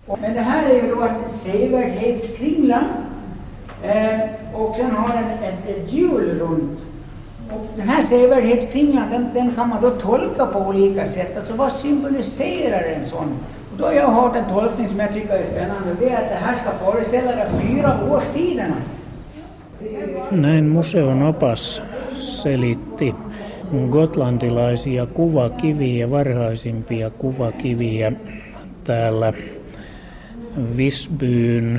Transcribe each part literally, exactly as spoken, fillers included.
Men det här är ju då en sevärdhetskringla eh, och sen har den ett, ett hjul runt. Och den här sevärdhetskringlan den, den kan man då tolka på olika sätt. Alltså vad symboliserar en sån? Och då har jag hört en tolkning som jag tycker är spännande. Det är att det här ska föreställa de fyra årstiderna. Näin museon opas selitti gotlantilaisia kuvakiviä, varhaisimpia kuvakiviä täällä Visbyn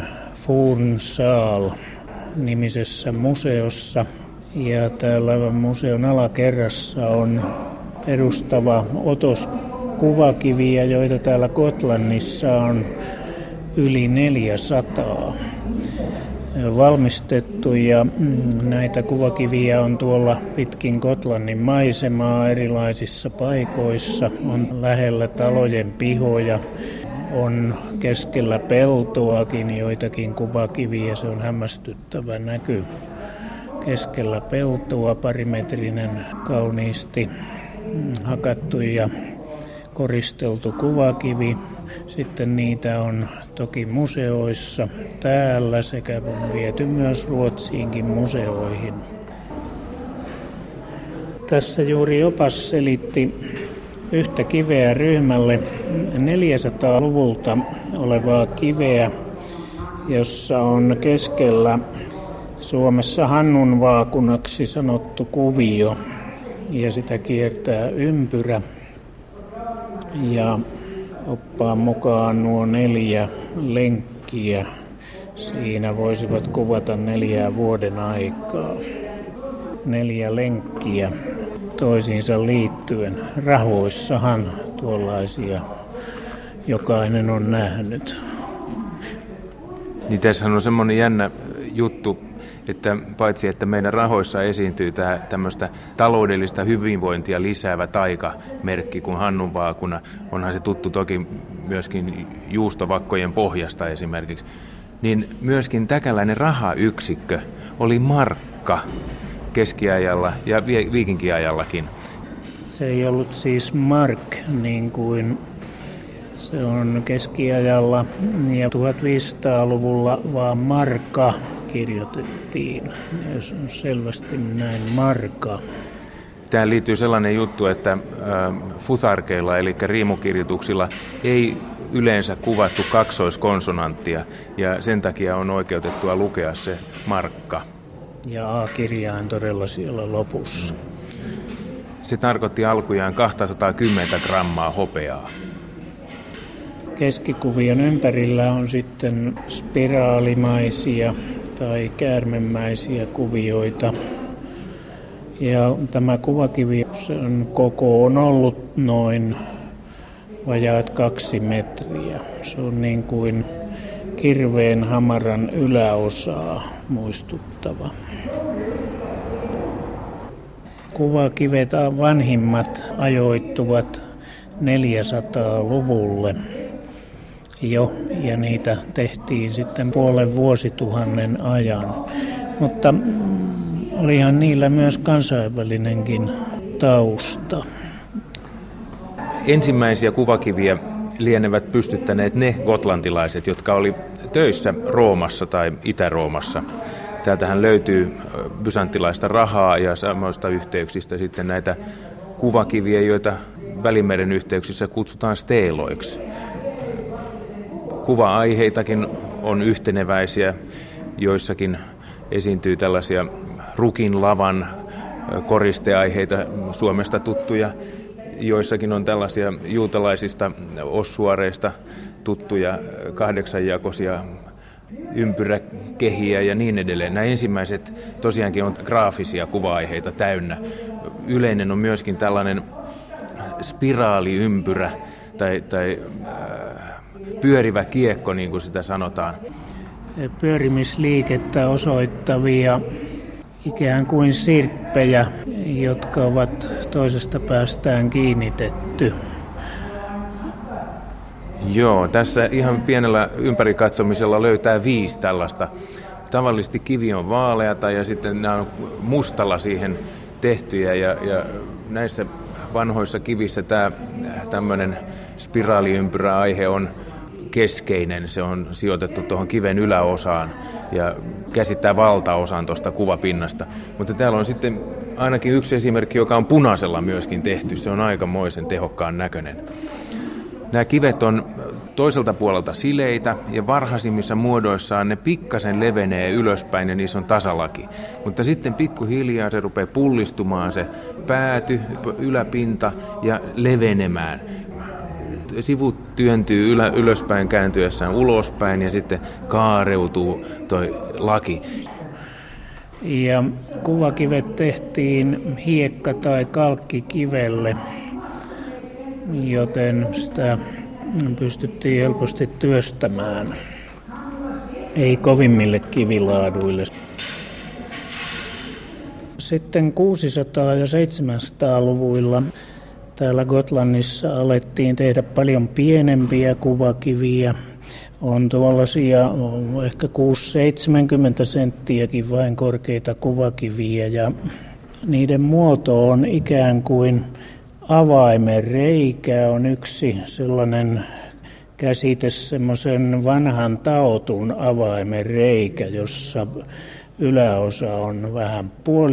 Fornsal-nimisessä museossa. Ja täällä museon alakerrassa on edustava otos kuvakiviä, joita täällä Gotlannissa on yli neljäsataa valmistettu, ja näitä kuvakiviä on tuolla pitkin Gotlannin maisemaa erilaisissa paikoissa, on lähellä talojen pihoja, on keskellä peltoakin joitakin kuvakiviä, se on hämmästyttävä näky. Keskellä peltoa parimetrinen kauniisti hakattu ja koristeltu kuvakivi. Sitten niitä on toki museoissa täällä sekä on viety myös Ruotsiinkin museoihin. Tässä juuri opas selitti yhtä kiveä ryhmälle, neljäsataaluvulta olevaa kiveä, jossa on keskellä Suomessa hannunvaakunaksi sanottu kuvio ja sitä kiertää ympyrä. Ja oppaan mukaan nuo neljä lenkkiä siinä voisivat kuvata neljää vuoden aikaa. Neljä lenkkiä toisiinsa liittyen. Rahoissahan tuollaisia jokainen on nähnyt. Niin tässähän on semmoinen jännä juttu, että paitsi että meidän rahoissa esiintyy tämä tämmöistä taloudellista hyvinvointia lisäävä taikamerkki kuin hannunvaakuna, onhan se tuttu toki myöskin juustovakkojen pohjasta esimerkiksi, niin myöskin täkäläinen rahayksikkö oli markka keskiajalla ja viikinkiajallakin. Se ei ollut siis mark niin kuin se on keskiajalla ja tuhatviisisataaluvulla, vaan marka kirjoitettiin. Ja se on selvästi näin marka. Tähän liittyy sellainen juttu, että futharkeilla eli riimukirjoituksilla ei yleensä kuvattu kaksoiskonsonanttia ja sen takia on oikeutettua lukea se markka. Ja A-kirjain todella siellä lopussa. Se tarkoitti alkujaan kaksisataakymmentä grammaa hopeaa. Keskikuvion ympärillä on sitten spiraalimaisia tai käärmemäisiä kuvioita. Ja tämä kuvakivi, sen koko on ollut noin vajaat kaksi metriä. Se on niin kuin kirveen hamaran yläosaa muistuttava. Kuvakivet vanhimmat ajoittuvat neljäsataaluvulle jo, ja niitä tehtiin sitten puolen vuosituhannen ajan. Mutta olihan niillä myös kansainvälinenkin tausta. Ensimmäisiä kuvakiviä lienevät pystyttäneet ne gotlantilaiset, jotka oli töissä Roomassa tai Itä-Roomassa. Täältähän löytyy bysanttilaista rahaa ja samoista yhteyksistä sitten näitä kuvakiviä, joita Välimeren yhteyksissä kutsutaan steeloiksi. Kuva-aiheitakin on yhteneväisiä, joissakin esiintyy tällaisia rukin lavan koristeaiheita Suomesta tuttuja, joissakin on tällaisia juutalaisista ossuareista tuttuja kahdeksanjakoisia ympyräkehiä ja niin edelleen. Nämä ensimmäiset tosiaankin on graafisia kuva-aiheita täynnä. Yleinen on myöskin tällainen spiraaliympyrä tai, tai äh, pyörivä kiekko, niin kuin sitä sanotaan. Pyörimisliikettä osoittavia ikään kuin sirppejä, jotka ovat toisesta päästään kiinnitetty. Joo, tässä ihan pienellä ympärikatsomisella löytää viisi tällaista. Tavallisesti kivi on vaaleata ja sitten nämä on mustalla siihen tehtyjä ja, ja näissä vanhoissa kivissä tämä tämmöinen spiraaliympyräaihe on keskeinen. Se on sijoitettu tuohon kiven yläosaan ja käsittää valtaosan tuosta kuvapinnasta. Mutta täällä on sitten ainakin yksi esimerkki, joka on punaisella myöskin tehty. Se on aikamoisen tehokkaan näköinen. Nämä kivet on toiselta puolelta sileitä ja varhaisimmissa muodoissaan ne pikkasen levenee ylöspäin ja niissä on tasalaki. Mutta sitten pikkuhiljaa se rupeaa pullistumaan se pääty, yläpinta ja levenemään. Sivut työntyy ylä, ylöspäin kääntyessään ulospäin ja sitten kaareutuu toi laki. Ja kuvakivet tehtiin hiekka- tai kalkkikivelle, joten sitä pystyttiin helposti työstämään. Ei kovimmille kivilaaduille. Sitten kuusisataa- ja seitsemänsataa-luvuilla täällä Gotlannissa alettiin tehdä paljon pienempiä kuvakiviä. On tuollaisia ehkä kuusi seitsemänkymmentä senttiäkin vain korkeita kuvakiviä ja niiden muoto on ikään kuin avaimen reikä on yksi sellainen käsite, semmoisen vanhan taotun avaimen reikä, jossa yläosa on vähän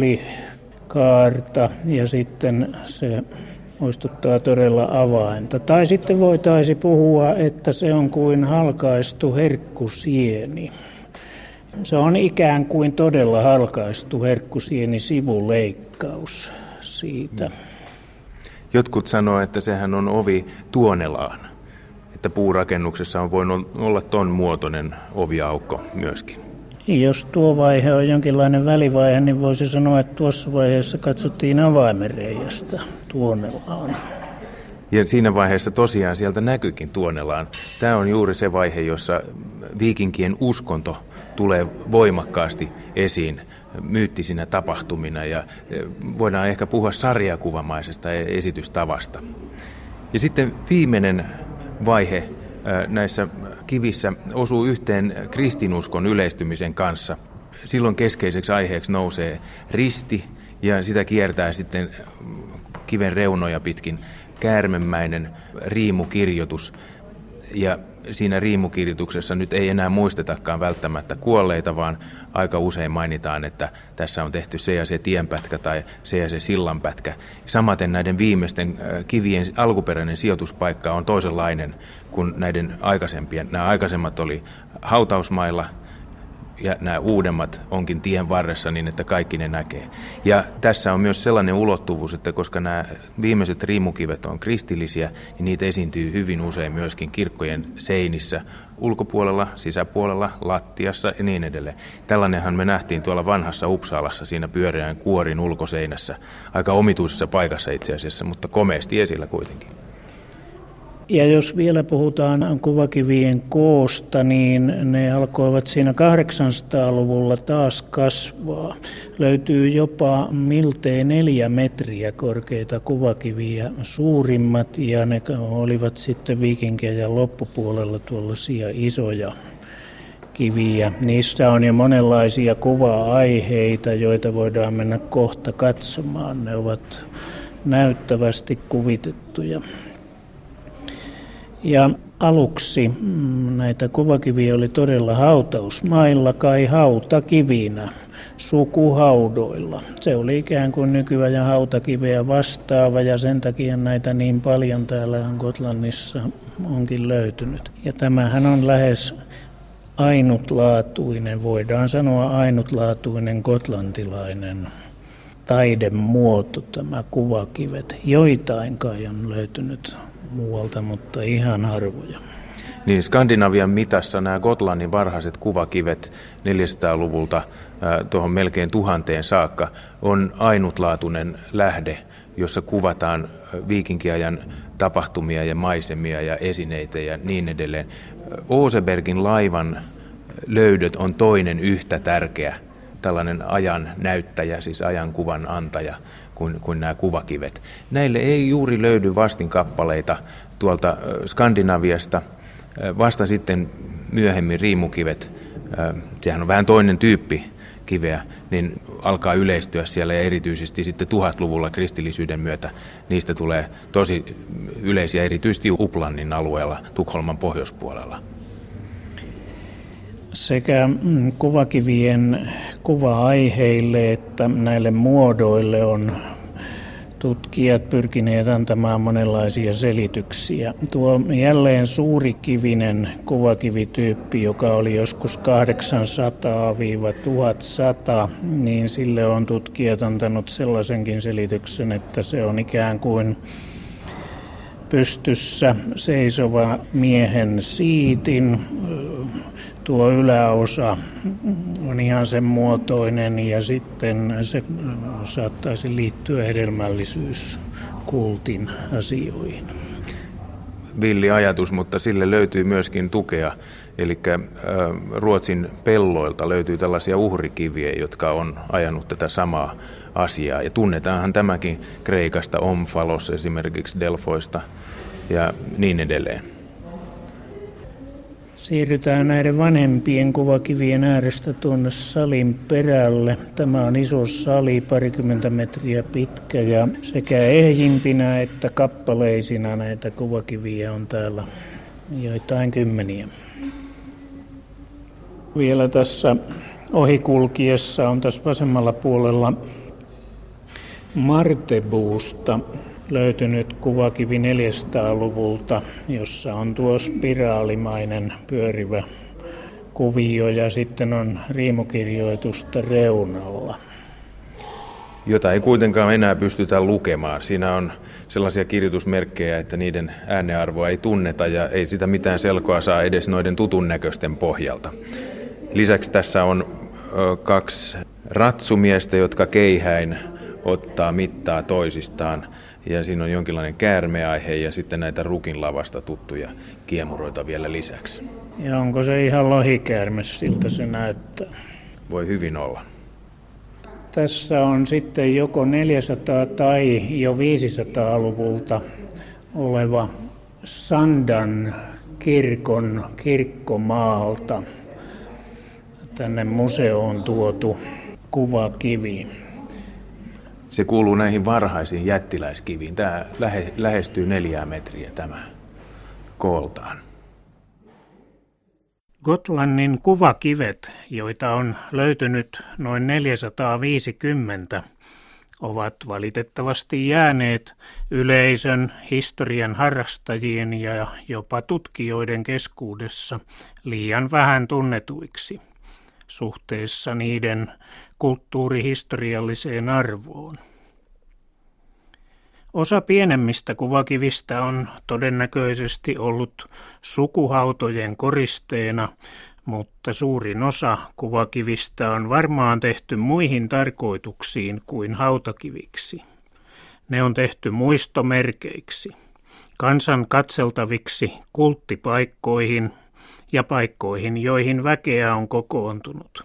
puolikaarta ja sitten se muistuttaa todella avainta. Tai sitten voitaisiin puhua, että se on kuin halkaistu herkkusieni. Se on ikään kuin todella halkaistu herkkusieni sivuleikkaus siitä. Jotkut sanoo, että sehän on ovi Tuonelaan, että puurakennuksessa on voinut olla ton muotoinen oviaukko myöskin. Jos tuo vaihe on jonkinlainen välivaihe, niin voisi sanoa, että tuossa vaiheessa katsottiin avaimen reiästä Tuonelaan. Ja siinä vaiheessa tosiaan sieltä näkyykin Tuonelaan. Tämä on juuri se vaihe, jossa viikinkien uskonto tulee voimakkaasti esiin myyttisinä tapahtumina ja voidaan ehkä puhua sarjakuvamaisesta esitystavasta. Ja sitten viimeinen vaihe näissä kivissä osuu yhteen kristinuskon yleistymisen kanssa. Silloin keskeiseksi aiheeksi nousee risti ja sitä kiertää sitten kiven reunoja pitkin käärmemäinen riimukirjoitus. Ja siinä riimukirjoituksessa nyt ei enää muistetakaan välttämättä kuolleita, vaan aika usein mainitaan, että tässä on tehty se ja se tienpätkä tai se ja se sillanpätkä. Samaten näiden viimeisten kivien alkuperäinen sijoituspaikka on toisenlainen kuin näiden aikaisempien. Nämä aikaisemmat oli hautausmailla ja nämä uudemmat onkin tien varressa niin, että kaikki ne näkee. Ja tässä on myös sellainen ulottuvuus, että koska nämä viimeiset riimukivet on kristillisiä, niin niitä esiintyy hyvin usein myöskin kirkkojen seinissä, ulkopuolella, sisäpuolella, lattiassa ja niin edelleen. Tällainenhan me nähtiin tuolla vanhassa Uppsalassa siinä pyöreän kuorin ulkoseinässä, aika omituisessa paikassa itse asiassa, mutta komeasti esillä kuitenkin. Ja jos vielä puhutaan kuvakivien koosta, niin ne alkoivat siinä kahdeksansataaluvulla taas kasvaa. Löytyy jopa miltei neljä metriä korkeita kuvakiviä, suurimmat, ja ne olivat sitten viikinkiajan loppupuolella tuollaisia isoja kiviä. Niissä on jo monenlaisia kuva-aiheita, joita voidaan mennä kohta katsomaan. Ne ovat näyttävästi kuvitettuja. Ja aluksi näitä kuvakiviä oli todella hautausmailla, kai hautakivinä, sukuhaudoilla. Se oli ikään kuin nykyajan hautakiveä vastaava ja sen takia näitä niin paljon täällä Gotlannissa onkin löytynyt. Ja tämähän on lähes ainutlaatuinen, voidaan sanoa ainutlaatuinen gotlantilainen taidemuoto, tämä kuvakivet. Joitain kai on löytynyt muualta, mutta ihan harvoja. Niin, Skandinavian mitassa nämä Gotlannin varhaiset kuvakivet neljäsataaluvulta äh, tuohon melkein tuhanteen saakka on ainutlaatuinen lähde, jossa kuvataan viikinkiajan tapahtumia ja maisemia ja esineitä ja niin edelleen. Osebergin laivan löydöt on toinen yhtä tärkeä tällainen ajan näyttäjä, siis ajankuvan antaja, kuin, kuin nämä kuvakivet. Näille ei juuri löydy vastinkappaleita tuolta Skandinaviasta. Vasta sitten myöhemmin riimukivet, sehän on vähän toinen tyyppi kiveä, niin alkaa yleistyä siellä ja erityisesti sitten tuhatluvulla kristillisyyden myötä niistä tulee tosi yleisiä erityisesti Upplannin alueella Tukholman pohjoispuolella. Sekä kuvakivien kuva-aiheille että näille muodoille on tutkijat pyrkineet antamaan monenlaisia selityksiä. Tuo jälleen suurikivinen kuvakivityyppi, joka oli joskus kahdeksansataa tuhatsata, niin sille on tutkijat antanut sellaisenkin selityksen, että se on ikään kuin pystyssä seisova miehen siitin. Tuo yläosa on ihan sen muotoinen ja sitten se saattaisi liittyä hedelmällisyyskultin asioihin. Villi ajatus, mutta sille löytyy myöskin tukea. Eli Ruotsin pelloilta löytyy tällaisia uhrikiviä, jotka on ajanut tätä samaa asiaa. Ja tunnetaanhan tämäkin Kreikasta, Omfalos esimerkiksi, Delfoista ja niin edelleen. Siirrytään näiden vanhempien kuvakivien äärestä tuonne salin perälle. Tämä on iso sali, parikymmentä metriä pitkä ja sekä ehjimpinä että kappaleisina näitä kuvakiviä on täällä joitain kymmeniä. Vielä tässä ohikulkiessa on tässä vasemmalla puolella Martebuusta löytynyt kuvakivi neljäsataaluvulta, jossa on tuo spiraalimainen pyörivä kuvio ja sitten on riimukirjoitusta reunalla. Jota ei kuitenkaan enää pystytä lukemaan. Siinä on sellaisia kirjoitusmerkkejä, että niiden äänearvoa ei tunneta ja ei sitä mitään selkoa saa edes noiden tutun näköisten pohjalta. Lisäksi tässä on kaksi ratsumiestä, jotka keihäin ottaa mittaa toisistaan. Ja siinä on jonkinlainen käärmeaihe ja sitten näitä rukinlavasta tuttuja kiemuroita vielä lisäksi. Ja onko se ihan lohikäärme, siltä se näyttää? Voi hyvin olla. Tässä on sitten joko neljäsataa tai jo viisisataaluvulta oleva Sandan kirkon kirkkomaalta tänne museoon tuotu kuvakivi. Se kuuluu näihin varhaisiin jättiläiskiviin. Tämä lähe, lähestyy neljää metriä tämä kooltaan. Gotlannin kuvakivet, joita on löytynyt noin neljäsataaviisikymmentä, ovat valitettavasti jääneet yleisön, historian harrastajien ja jopa tutkijoiden keskuudessa liian vähän tunnetuiksi suhteessa niiden kulttuurihistorialliseen arvoon. Osa pienemmistä kuvakivistä on todennäköisesti ollut sukuhautojen koristeena, mutta suurin osa kuvakivistä on varmaan tehty muihin tarkoituksiin kuin hautakiviksi. Ne on tehty muistomerkeiksi, kansan katseltaviksi kulttipaikkoihin ja paikkoihin, joihin väkeä on kokoontunut.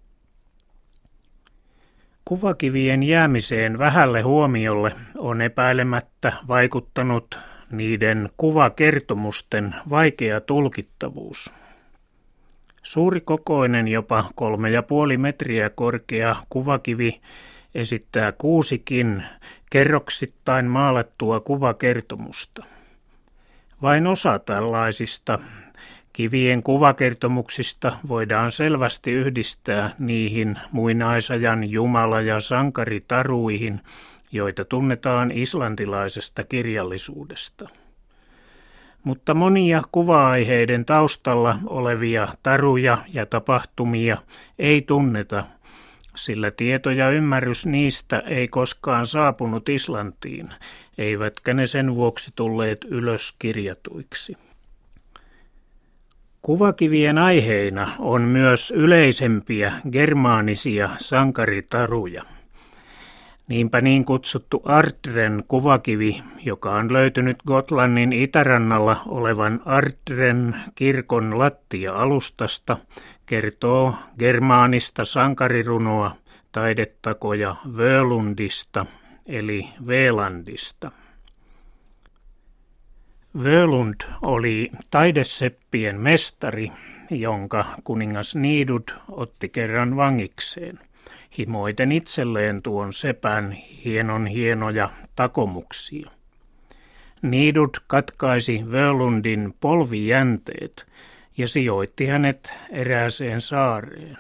Kuvakivien jäämiseen vähälle huomiolle on epäilemättä vaikuttanut niiden kuvakertomusten vaikea tulkittavuus. Suurikokoinen, jopa kolme ja puoli metriä korkea kuvakivi esittää kuusikin kerroksittain maalattua kuvakertomusta. Vain osa tällaisista kivien kuvakertomuksista voidaan selvästi yhdistää niihin muinaisajan jumala- ja sankaritaruihin, joita tunnetaan islantilaisesta kirjallisuudesta. Mutta monia kuva-aiheiden taustalla olevia taruja ja tapahtumia ei tunneta, sillä tieto ja ymmärrys niistä ei koskaan saapunut Islantiin, eivätkä ne sen vuoksi tulleet ylös kirjatuiksi. Kuvakivien aiheina on myös yleisempiä germaanisia sankaritaruja. Niinpä niin kutsuttu Ardren kuvakivi, joka on löytynyt Gotlannin itärannalla olevan Ardren kirkon lattia-alustasta, kertoo germaanista sankarirunoa taidettakoja Völundista eli Velandista. Völund oli taideseppien mestari, jonka kuningas Nidud otti kerran vangikseen, himoiten itselleen tuon sepän hienon hienoja takomuksia. Nidud katkaisi Völundin polvijänteet ja sijoitti hänet erääseen saareen.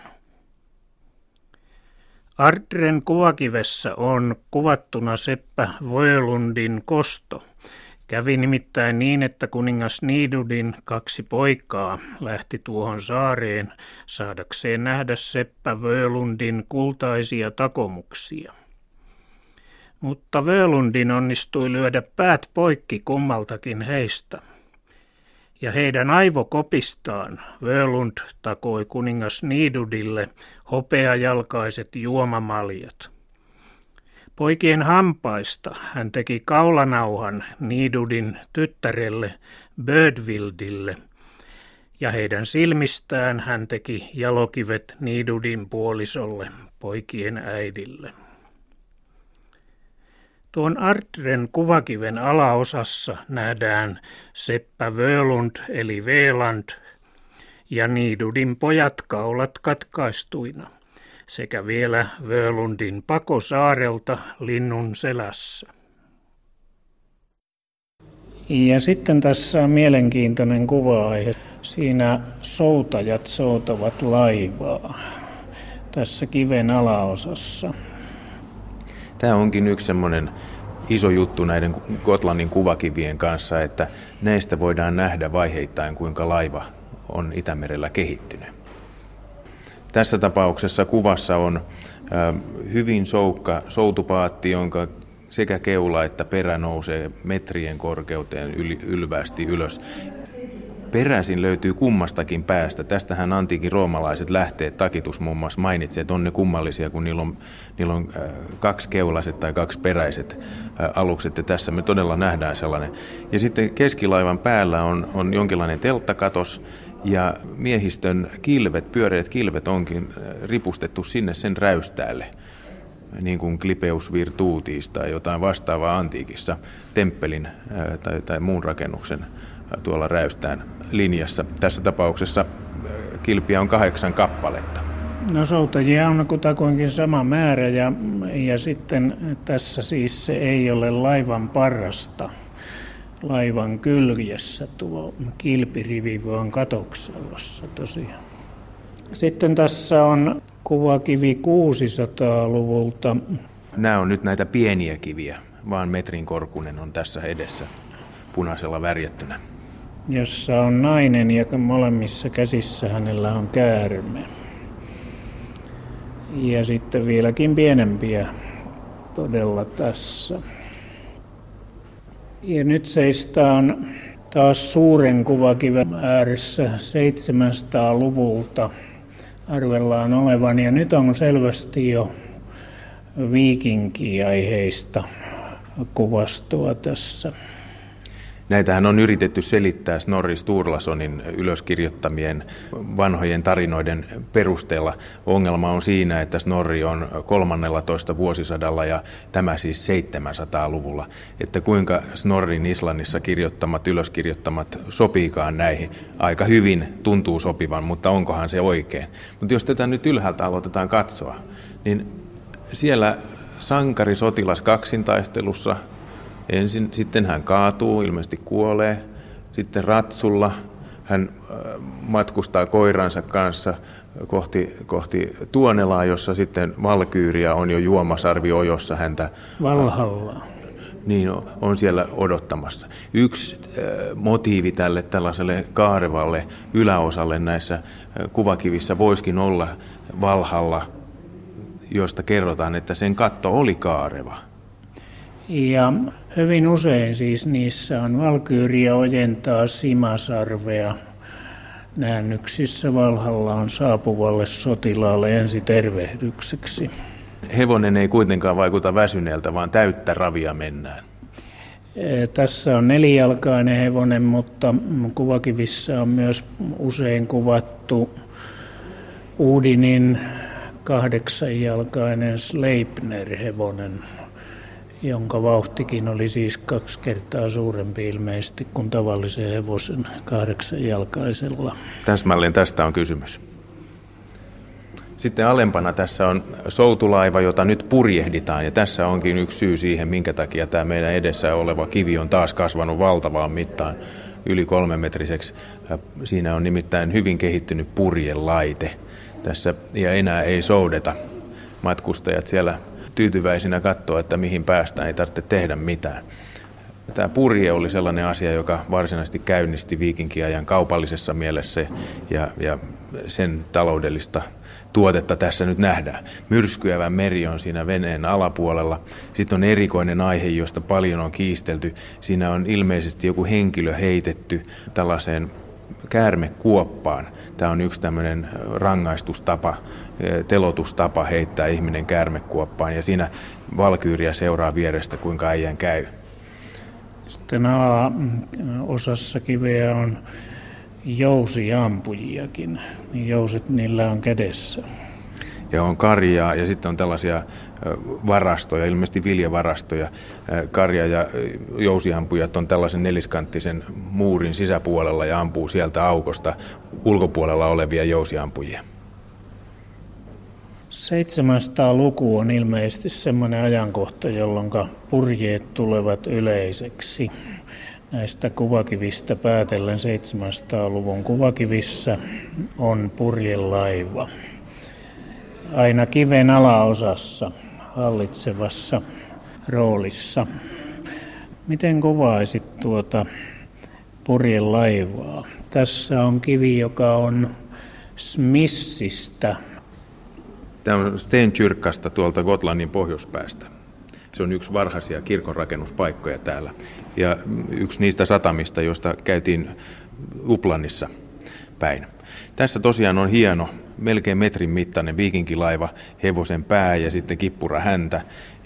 Ardren kuvakivessä on kuvattuna seppä Völundin kosto. Kävi nimittäin niin, että kuningas Nidudin kaksi poikaa lähti tuohon saareen saadakseen nähdä seppä Völundin kultaisia takomuksia. Mutta Völundin onnistui lyödä päät poikki kummaltakin heistä. Ja heidän aivokopistaan Völund takoi kuningas Nidudille hopeajalkaiset juomamaljat. Poikien hampaista hän teki kaulanauhan Nidudin tyttärelle Bödvildille, ja heidän silmistään hän teki jalokivet Nidudin puolisolle, poikien äidille. Tuon Ardren kuvakiven alaosassa nähdään seppä Völund eli Veland ja Nidudin pojat kaulat katkaistuina sekä vielä Völundin pako saarelta linnun selässä. Ja sitten tässä on mielenkiintoinen kuva-aihe. Siinä soutajat soutavat laivaa tässä kiven alaosassa. Tämä onkin yksi semmoinen iso juttu näiden Gotlannin kuvakivien kanssa, että näistä voidaan nähdä vaiheittain, kuinka laiva on Itämerellä kehittynyt. Tässä tapauksessa kuvassa on hyvin soukka soutupaatti, jonka sekä keula että perä nousee metrien korkeuteen yl- ylvästi ylös. Peräisin löytyy kummastakin päästä. Tästähän antiikin roomalaiset lähteet, takitus muun muassa mainitsi, että on ne kummallisia, kun niillä on, niillä on kaksi keulaset tai kaksi peräiset alukset, ja tässä me todella nähdään sellainen. Ja sitten keskilaivan päällä on, on jonkinlainen telttakatos, ja miehistön kilvet, pyöreät kilvet onkin ripustettu sinne sen räystäälle, niin kuin Clipeus Virtutis tai jotain vastaavaa antiikissa temppelin tai, tai muun rakennuksen tuolla räystään linjassa. Tässä tapauksessa kilpiä on kahdeksan kappaletta. No soutajia on kutakuinkin sama määrä ja, ja sitten tässä siis se ei ole laivan parrasta. Laivan kyljessä tuo kilpirivi vaan katoksellossa tosiaan. Sitten tässä on kuvakivi kuusisataaluvulta. Nämä on nyt näitä pieniä kiviä, vaan metrin korkunen on tässä edessä punaisella värjättynä. Jossa on nainen ja molemmissa käsissä hänellä on käärme. Ja sitten vieläkin pienempiä todella tässä. Ja nyt seistaan taas suuren kuvakiven ääressä seitsemänsataaluvulta arvellaan olevan. Ja nyt on selvästi jo viikinkiaiheista kuvastoa tässä. Näitähän on yritetty selittää Snorri Sturlasonin ylöskirjoittamien vanhojen tarinoiden perusteella. Ongelma on siinä, että Snorri on kolmannellatoista vuosisadalla ja tämä siis seitsemänsataaluvulla. Että kuinka Snorrin Islannissa kirjoittamat, ylöskirjoittamat sopiikaan näihin. Aika hyvin tuntuu sopivan, mutta onkohan se oikein. Mutta jos tätä nyt ylhäältä aloitetaan katsoa, niin siellä sankari sotilas kaksintaistelussa. Ensin, sitten hän kaatuu, ilmeisesti kuolee. Sitten ratsulla hän matkustaa koiransa kanssa kohti, kohti Tuonelaa, jossa sitten Valkyyria on jo juomasarviojossa häntä. Valhalla. Niin, on siellä odottamassa. Yksi motiivi tälle tällaiselle kaarevalle yläosalle näissä kuvakivissä voisikin olla Valhalla, josta kerrotaan, että sen katto oli kaareva. Ja hyvin usein siis niissä on valkyyriä ojentaa simasarvea. Näännyksissä Valhalla on saapuvalle sotilaalle ensitervehdykseksi. Hevonen ei kuitenkaan vaikuta väsyneeltä, vaan täyttä ravia mennään. Tässä on nelijalkainen hevonen, mutta kuvakivissä on myös usein kuvattu Udinin kahdeksanjalkainen Sleipner-hevonen, jonka vauhtikin oli siis kaksi kertaa suurempi ilmeisesti kuin tavallisen hevosen kahdeksanjalkaisella. Täsmälleen tästä on kysymys. Sitten alempana tässä on soutulaiva, jota nyt purjehditaan, ja tässä onkin yksi syy siihen, minkä takia tämä meidän edessä oleva kivi on taas kasvanut valtavaan mittaan. yli kolmemetriseksi. Siinä on nimittäin hyvin kehittynyt purjelaite tässä ja enää ei soudeta. Matkustajat siellä tyytyväisinä katsoo, että mihin päästään, ei tarvitse tehdä mitään. Tämä purje oli sellainen asia, joka varsinaisesti käynnisti viikinkiajan kaupallisessa mielessä ja, ja sen taloudellista tuotetta tässä nyt nähdään. Myrskyävä meri on siinä veneen alapuolella. Sitten on erikoinen aihe, josta paljon on kiistelty. Siinä on ilmeisesti joku henkilö heitetty tällaiseen käärmekuoppaan. Tämä on yksi tämmöinen rangaistustapa, telotustapa heittää ihminen käärmekuoppaan ja siinä valkyyriä seuraa vierestä, kuinka äijän käy. Sitten A-osassa kiveä on jousiampujiakin. Jouset niillä on kädessä. Ja on karjaa ja sitten on tällaisia varastoja, ilmeisesti viljavarastoja. Karja- ja jousiampujat on tällaisen neliskanttisen muurin sisäpuolella ja ampuu sieltä aukosta ulkopuolella olevia jousiampujia. seitsemänsataa-luku on ilmeisesti semmoinen ajankohta, jolloin purjeet tulevat yleiseksi. Näistä kuvakivistä päätellen seitsemänsataa-luvun kuvakivissä on purjelaiva. Aina kiven alaosassa hallitsevassa roolissa. Miten kuvaisit tuota purjelaivaa? Tässä on kivi, joka on Smissistä. Tämä on Stenkyrkasta tuolta Gotlannin pohjoispäästä. Se on yksi varhaisia kirkonrakennuspaikkoja täällä ja yksi niistä satamista, joista käytiin Uplannissa päin. Tässä tosiaan on hieno, melkein metrin mittainen viikinkilaiva, hevosen pää ja sitten kippura häntä.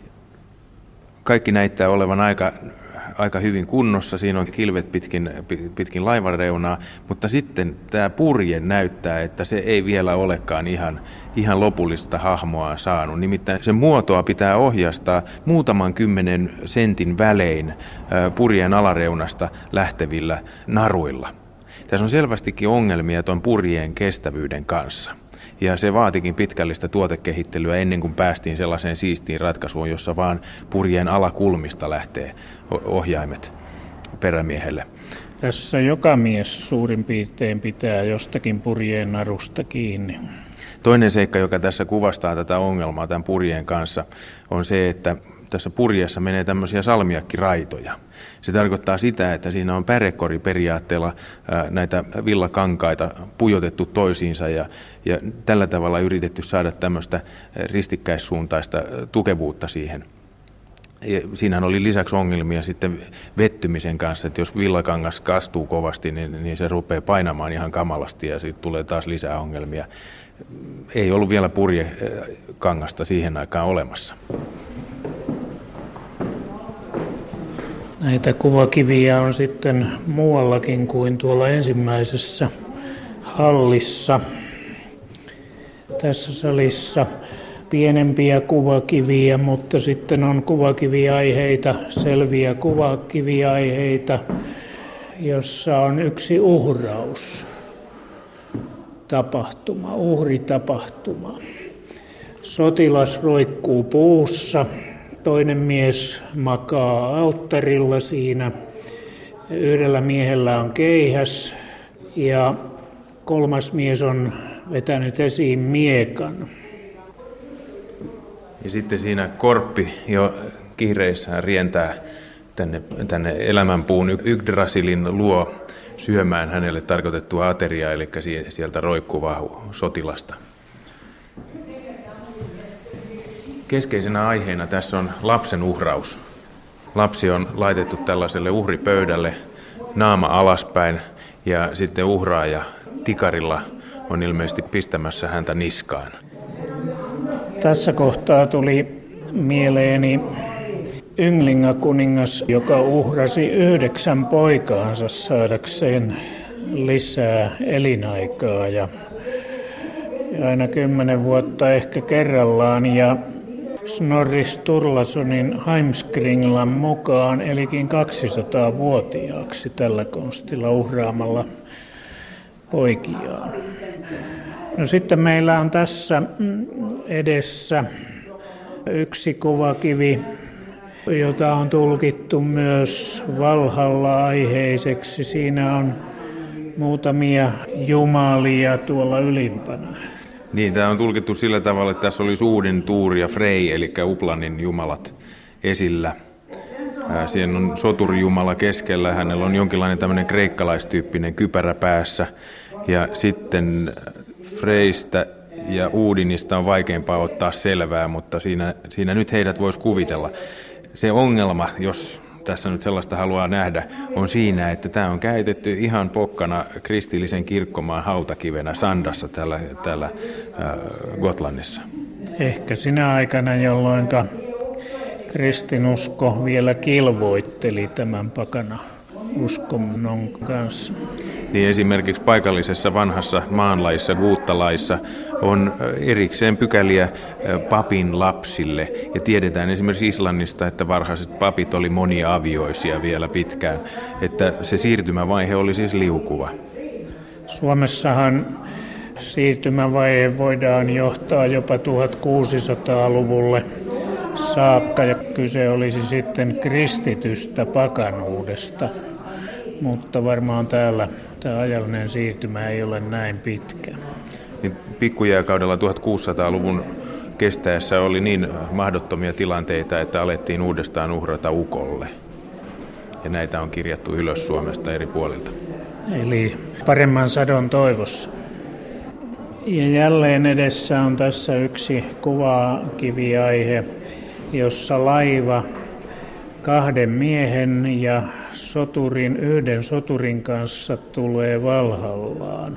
Kaikki näyttää olevan aika, aika hyvin kunnossa, siinä on kilvet pitkin, pitkin laivan reunaa, mutta sitten tämä purje näyttää, että se ei vielä olekaan ihan, ihan lopullista hahmoa saanut. Nimittäin sen muotoa pitää ohjastaa muutaman kymmenen sentin välein purjeen alareunasta lähtevillä naruilla. Tässä on selvästikin ongelmia tuon purjeen kestävyyden kanssa. Ja se vaatikin pitkällistä tuotekehittelyä ennen kuin päästiin sellaiseen siistiin ratkaisuun, jossa vaan purjeen alakulmista lähtee ohjaimet perämiehelle. Tässä joka mies suurin piirtein pitää jostakin purjeen narusta kiinni. Toinen seikka, joka tässä kuvastaa tätä ongelmaa tämän purjeen kanssa, on se, että tässä purjeessa menee tämmöisiä salmiakkiraitoja. Se tarkoittaa sitä, että siinä on pärekoriperiaatteella näitä villakankaita pujotettu toisiinsa ja, ja tällä tavalla yritetty saada tämmöistä ristikkäissuuntaista tukevuutta siihen. Ja siinähän oli lisäksi ongelmia sitten vettymisen kanssa, että jos villakangas kastuu kovasti, niin, niin se rupeaa painamaan ihan kamalasti ja sitten tulee taas lisää ongelmia. Ei ollut vielä purjekangasta siihen aikaan olemassa. Näitä kuvakiviä on sitten muuallakin kuin tuolla ensimmäisessä hallissa. Tässä salissa pienempiä kuvakiviä, mutta sitten on kuvakiviaiheita, selviä kuvakiviaiheita, jossa on yksi uhraus, tapahtuma, uhritapahtuma. Sotilas roikkuu puussa. Toinen mies makaa alttarilla siinä. Yhdellä miehellä on keihäs ja kolmas mies on vetänyt esiin miekan. Ja sitten siinä korppi jo kiireissään rientää tänne, tänne elämänpuun Yggdrasilin luo syömään hänelle tarkoitettua ateriaa, eli sieltä roikkuvaa sotilasta. Keskeisenä aiheena tässä on lapsen uhraus. Lapsi on laitettu tällaiselle uhripöydälle naama alaspäin ja sitten uhraaja tikarilla on ilmeisesti pistämässä häntä niskaan. Tässä kohtaa tuli mieleeni Ynglinga kuningas, joka uhrasi yhdeksän poikaansa saadakseen lisää elinaikaa ja aina kymmenen vuotta ehkä kerrallaan. Ja Snorri Sturlasonin Heimskringlan mukaan elikin kaksisataavuotiaaksi tällä konstilla uhraamalla poikiaan. No sitten meillä on tässä edessä yksi kuvakivi, jota on tulkittu myös Valhalla-aiheiseksi. Siinä on muutamia jumalia tuolla ylimpänä. Niin, tämä on tulkittu sillä tavalla, että tässä oli Suudin, Tuur ja Frey, eli Uplanin jumalat esillä. Siinä on soturijumala keskellä, hänellä on jonkinlainen tämmöinen kreikkalaistyyppinen kypärä päässä. Ja sitten Freystä ja Uudinista on vaikeampaa ottaa selvää, mutta siinä, siinä nyt heidät voisi kuvitella. Se ongelma, jos tässä nyt sellaista haluaa nähdä, on siinä, että tämä on käytetty ihan pokkana kristillisen kirkkomaan hautakivenä Sandassa täällä, täällä äh, Gotlannissa. Ehkä sinä aikana, jolloin kristinusko vielä kilvoitteli tämän pakana uskonnon kanssa. Niin esimerkiksi paikallisessa vanhassa maanlaissa, guuttalaissa, on erikseen pykäliä papin lapsille. Ja tiedetään esimerkiksi Islannista, että varhaiset papit oli moniavioisia vielä pitkään. Että se siirtymävaihe oli siis liukuva. Suomessahan siirtymävaihe voidaan johtaa jopa tuhatkuusisataaluvulle saakka, ja kyse olisi sitten kristitystä pakanuudesta. Mutta varmaan täällä tämä ajallinen siirtymä ei ole näin pitkä. Niin pikkujääkaudella tuhatkuusisataaluvun kestäessä oli niin mahdottomia tilanteita, että alettiin uudestaan uhrata ukolle. Ja näitä on kirjattu ylös Suomesta eri puolilta. Eli paremman sadon toivossa. Ja jälleen edessä on tässä yksi kuvakiviaihe, jossa laiva kahden miehen ja soturin, yhden soturin kanssa tulee Valhallaan.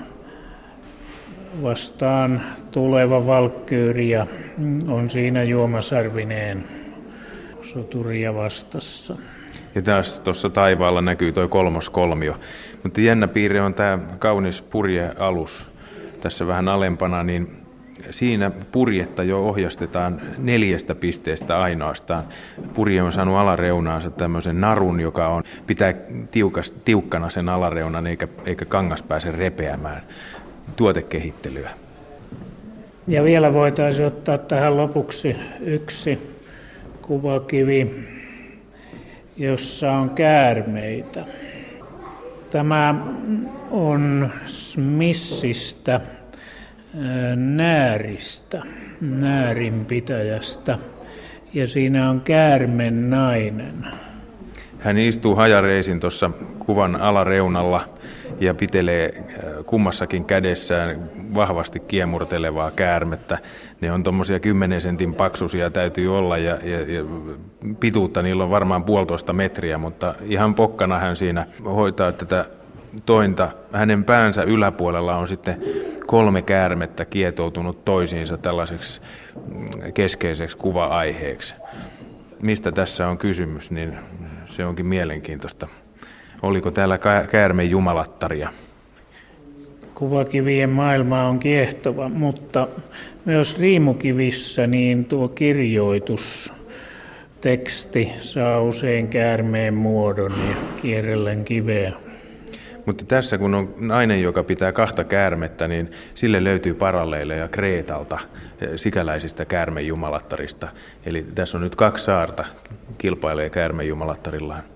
Vastaan tuleva valkkyyria on siinä juomasarvineen soturia vastassa. Ja taas tuossa taivaalla näkyy tuo kolmoskolmio. Mutta jännä piirre on tämä kaunis purjealus tässä vähän alempana, niin siinä purjetta jo ohjastetaan neljästä pisteestä ainoastaan. Purje on saanut alareunaansa tämmöisen narun, joka on, pitää tiukas, tiukkana sen alareunan, eikä, eikä kangas pääse repeämään. Tuotekehittelyä. Ja vielä voitaisiin ottaa tähän lopuksi yksi kuvakivi, jossa on käärmeitä. Tämä on Smissistä, Nääristä, Näärinpitäjästä, ja siinä on käärmennainen. Hän istuu hajareisin tuossa kuvan alareunalla ja pitelee kummassakin kädessään vahvasti kiemurtelevaa käärmettä. Ne on tuommoisia kymmenen sentin paksuisia täytyy olla ja, ja, ja pituutta niillä on varmaan puolitoista metriä, mutta ihan pokkana hän siinä hoitaa tätä tointa. Hänen päänsä yläpuolella on sitten kolme käärmettä kietoutunut toisiinsa tällaiseksi keskeiseksi kuva-aiheeksi. Mistä tässä on kysymys, niin se onkin mielenkiintoista. Oliko täällä käärmeen jumalattaria? Kuvakivien maailma on kiehtova, mutta myös riimukivissä niin tuo kirjoitusteksti saa usein käärmeen muodon ja kierrellen kiveä. Mutta tässä kun on nainen, joka pitää kahta käärmettä, niin sille löytyy paralleeleja Kreetalta, sikäläisistä käärmeen jumalattarista. Eli tässä on nyt kaksi saarta kilpailee käärmeen jumalattarillaan.